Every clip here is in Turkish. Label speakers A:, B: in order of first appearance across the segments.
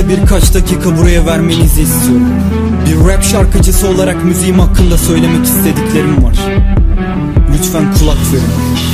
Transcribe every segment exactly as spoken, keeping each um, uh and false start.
A: birkaç dakika buraya vermenizi istiyorum. Bir rap şarkıcısı olarak müziğim hakkında söylemek istediklerim var. Lütfen kulak verin.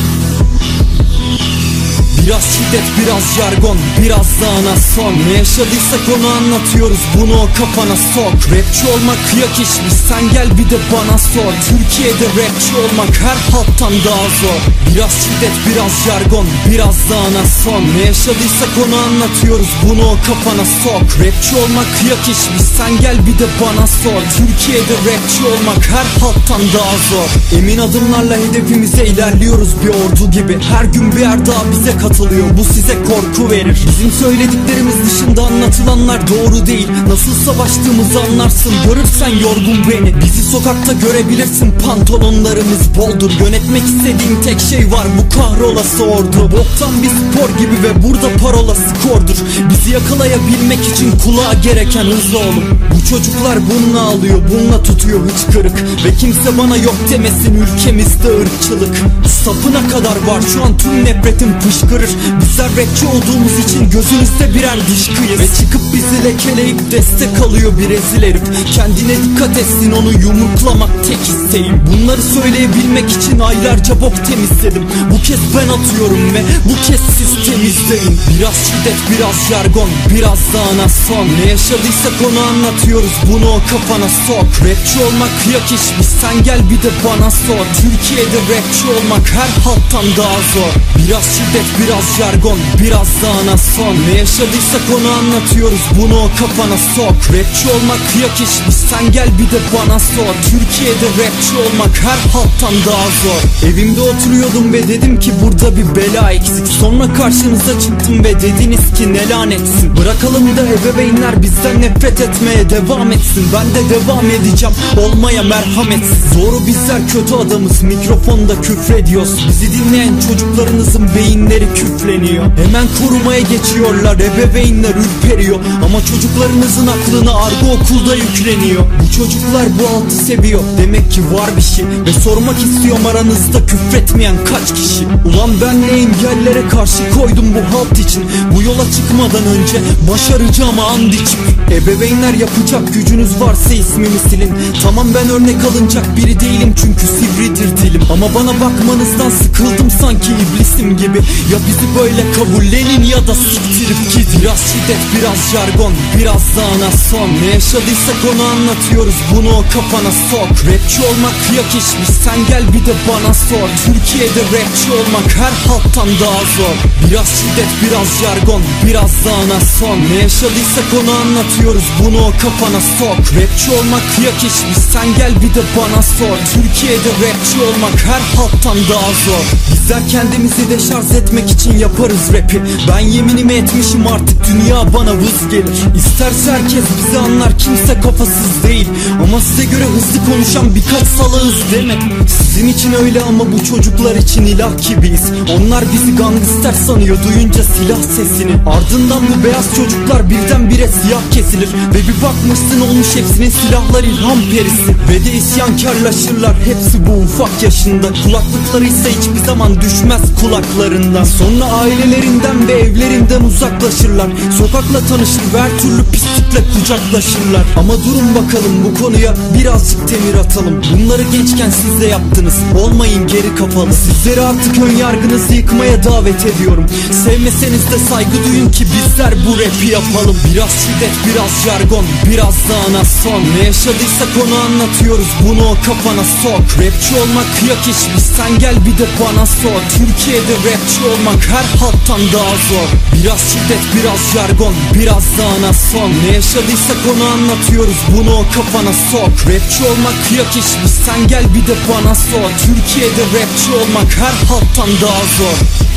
A: Biraz şiddet, biraz jargon, biraz da anason. Ne yaşadıysak onu anlatıyoruz, bunu o kafana sok. Rapçi olmak kıyak işmiş, sen gel bir de bana sor. Türkiye'de rapçi olmak her halktan daha zor. Biraz şiddet, biraz jargon, biraz da anason. Ne yaşadıysak onu anlatıyoruz, bunu o kafana sok. Rapçi olmak kıyak işmiş, sen gel bir de bana sor. Türkiye'de rapçi olmak her halktan daha zor. Emin adımlarla hedefimize ilerliyoruz bir ordu gibi. Her gün bir yer daha bize katılıyor. Bu size korku verir. Bizim söylediklerimiz dışında anlatılanlar doğru değil. Nasıl savaştığımızı anlarsın, görürsen yorgun beni. Bizi sokakta görebilirsin, pantolonlarımız boldur. Yönetmek istediğim tek şey var, bu kahrolası ordu. Boktan bir spor gibi ve burada parola skordur. Bizi yakalayabilmek için kulağa gereken hız oğlum. Bu çocuklar bununla alıyor, bununla tutuyor hıçkırık. Ve kimse bana yok demesin, ülkemizde ırkçılık sapına kadar var, şu an tüm nefretim fışkırır. Bizler rapçi olduğumuz için gözünüzde birer dışkıyız. Ve çıkıp bizi lekeleyip destek alıyor bir rezil herif. Kendine dikkat etsin, onu yumruklamak tek isteğim. Bunları söyleyebilmek için aylarca bok temizledim. Bu kez ben atıyorum ve bu kez siz temizleyin. Biraz şiddet, biraz jargon, biraz da anason. Ne yaşadıysak onu anlatıyoruz, bunu o kafana sok. Rapçi olmak kıyak işmiş, sen gel bir de bana sor. Türkiye'de rapçi olmak her halktan daha zor. Biraz şiddet, biraz jargon, biraz da anason. Ne yaşadıysak onu anlatıyoruz, bunu o kafana sok. Rapçi olmak kıyak işmiş, sen gel bir de bana sor. Türkiye'de rapçi olmak her halktan daha zor. Evimde oturuyordum ve dedim ki burada bir bela eksik. Sonra karşınıza çıktım ve dediniz ki ne lanetsin. Bırakalım da ebeveynler bizden nefret etmeye devam etsin. Ben de devam edeceğim olmaya merhametsiz. Doğru, bizler kötü adamız, mikrofonda küfrediyoruz. Bizi dinleyen çocuklarınızın beyinleri küfleniyor. Hemen korumaya geçiyorlar, ebeveynler ürperiyor. Ama çocuklarınızın aklına argo okulda yükleniyor. Bu çocuklar bu altı seviyor, demek ki var bir şey. Ve sormak istiyorum, aranızda küfretmeyen kaç kişi? Ulan ben ne engellere karşı koydum bu halt için. Bu yola çıkmadan önce başaracağım and içip. Ebeveynler yapacak gücünüz varsa ismimi silin. Tamam, ben örnek alınacak biri değilim çünkü sivridir dilim. Ama bana bakmanızdan sıkıldım sanki iblisim gibi. Ya bizi böyle kabullenin ya da siktirip gidin. Biraz şiddet, biraz jargon, biraz da anason. Ne yaşadıysak onu anlatıyoruz, bunu o kafana sok. Rapçi olmak kıyak işmiş, sen gel bir de bana sor. Türkiye'de rapçi olmak her halktan daha zor. Biraz şiddet, biraz jargon, biraz da anason. Ne yaşadıysak onu anlatıyoruz, bunu o kafana sok. Rapçi olmak kıyak işmiş, sen gel bir de bana sor. Türkiye'de rapçi olmak her halktan daha zor. Bizler kendimizi deşarj etmek için yaparız rapi. Ben yeminimi etmişim, artık dünya bana vız gelir. İsterse herkes bizi anlar, kimse kafasız değil. Ama size göre hızlı konuşan birkaç salağız demedim. Sizin için öyle ama bu çocuklar için ilah gibiyiz. Onlar bizi gangster sanıyor duyunca silah sesini. Ardından bu beyaz çocuklar birdenbire siyah kesilir. Ve bir bakmışsın olmuş hepsinin silahlar ilham perisi. Ve de isyankarlaşırlar, hepsi bu ufak yaşında. Kulaklıkları ise hiçbir zaman düşmez kulaklarından. Sonra ailelerinden ve evlerinden uzaklaşırlar. Sokakla tanışır ve her türlü pislikle kucaklaşırlar. Ama durun bakalım, bu konuya birazcık temir atalım. Bunları gençken siz de yaptınız, olmayın geri kafalı. Sizleri artık ön yargınızı yıkmaya davet ediyorum. Sevmeseniz de saygı duyun ki bizler bu rapi yapalım. Biraz şiddet, biraz jargon, biraz da anason. Ne yaşadıysak onu anlatıyoruz, bunu o kafana sok. Rapçi olmak kıyak işmiş, sen gel bir de bana sor. Türkiye'de rapçi olmak her halktan daha zor. Biraz şiddet, biraz jargon, biraz da anason. Ne yaşadıysak onu anlatıyoruz, bunu o kafana sok. Rapçi olmak kıyak işmiş, sen gel bir de bana sor. Türkiye'de rapçi olmak her halktan daha zor.